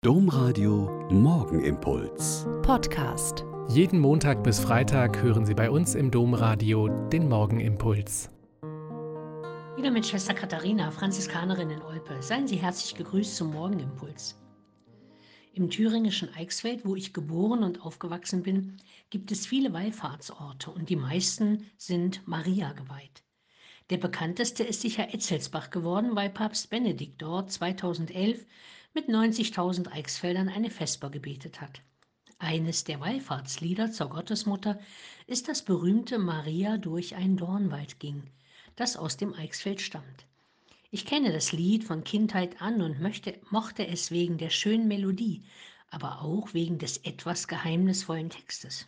Domradio Morgenimpuls. Podcast. Jeden Montag bis Freitag hören Sie bei uns im Domradio den Morgenimpuls. Wieder mit Schwester Katharina, Franziskanerin in Olpe. Seien Sie herzlich gegrüßt zum Morgenimpuls. Im thüringischen Eichsfeld, wo ich geboren und aufgewachsen bin, gibt es viele Wallfahrtsorte und die meisten sind Maria geweiht. Der bekannteste ist sicher Etzelsbach geworden, weil Papst Benedikt dort 2011 mit 90.000 Eichsfeldern eine Vesper gebetet hat. Eines der Wallfahrtslieder zur Gottesmutter ist das berühmte Maria durch einen Dornwald ging, das aus dem Eichsfeld stammt. Ich kenne das Lied von Kindheit an und mochte es wegen der schönen Melodie, aber auch wegen des etwas geheimnisvollen Textes.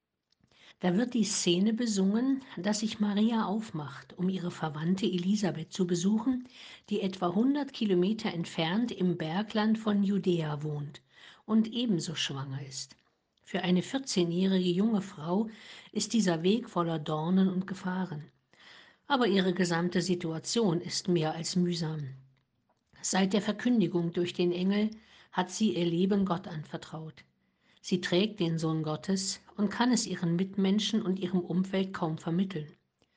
Da wird die Szene besungen, dass sich Maria aufmacht, um ihre Verwandte Elisabeth zu besuchen, die etwa 100 Kilometer entfernt im Bergland von Judäa wohnt und ebenso schwanger ist. Für eine 14-jährige junge Frau ist dieser Weg voller Dornen und Gefahren. Aber ihre gesamte Situation ist mehr als mühsam. Seit der Verkündigung durch den Engel hat sie ihr Leben Gott anvertraut. Sie trägt den Sohn Gottes und kann es ihren Mitmenschen und ihrem Umfeld kaum vermitteln.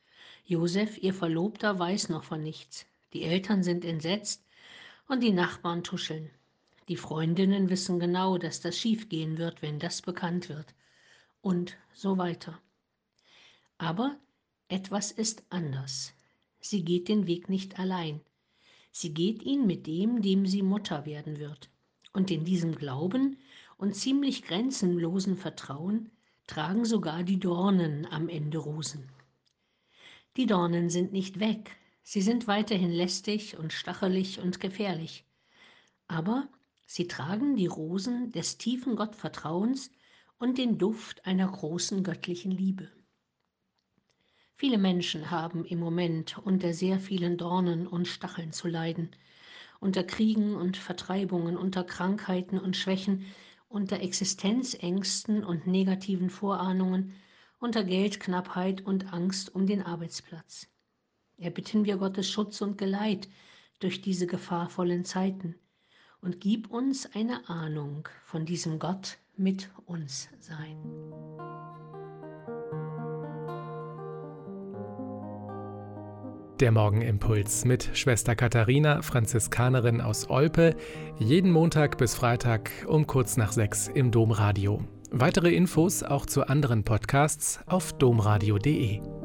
Josef, ihr Verlobter, weiß noch von nichts. Die Eltern sind entsetzt und die Nachbarn tuscheln. Die Freundinnen wissen genau, dass das schiefgehen wird, wenn das bekannt wird. Und so weiter. Aber etwas ist anders. Sie geht den Weg nicht allein. Sie geht ihn mit dem sie Mutter werden wird. Und in diesem Glauben und ziemlich grenzenlosen Vertrauen tragen sogar die Dornen am Ende Rosen. Die Dornen sind nicht weg, sie sind weiterhin lästig und stachelig und gefährlich. Aber sie tragen die Rosen des tiefen Gottvertrauens und den Duft einer großen göttlichen Liebe. Viele Menschen haben im Moment unter sehr vielen Dornen und Stacheln zu leiden, unter Kriegen und Vertreibungen, unter Krankheiten und Schwächen, unter Existenzängsten und negativen Vorahnungen, unter Geldknappheit und Angst um den Arbeitsplatz. Erbitten wir Gottes Schutz und Geleit durch diese gefahrvollen Zeiten und gib uns eine Ahnung von diesem Gott mit uns sein. Der Morgenimpuls mit Schwester Katharina, Franziskanerin aus Olpe, jeden Montag bis Freitag um kurz nach 6 im Domradio. Weitere Infos auch zu anderen Podcasts auf domradio.de.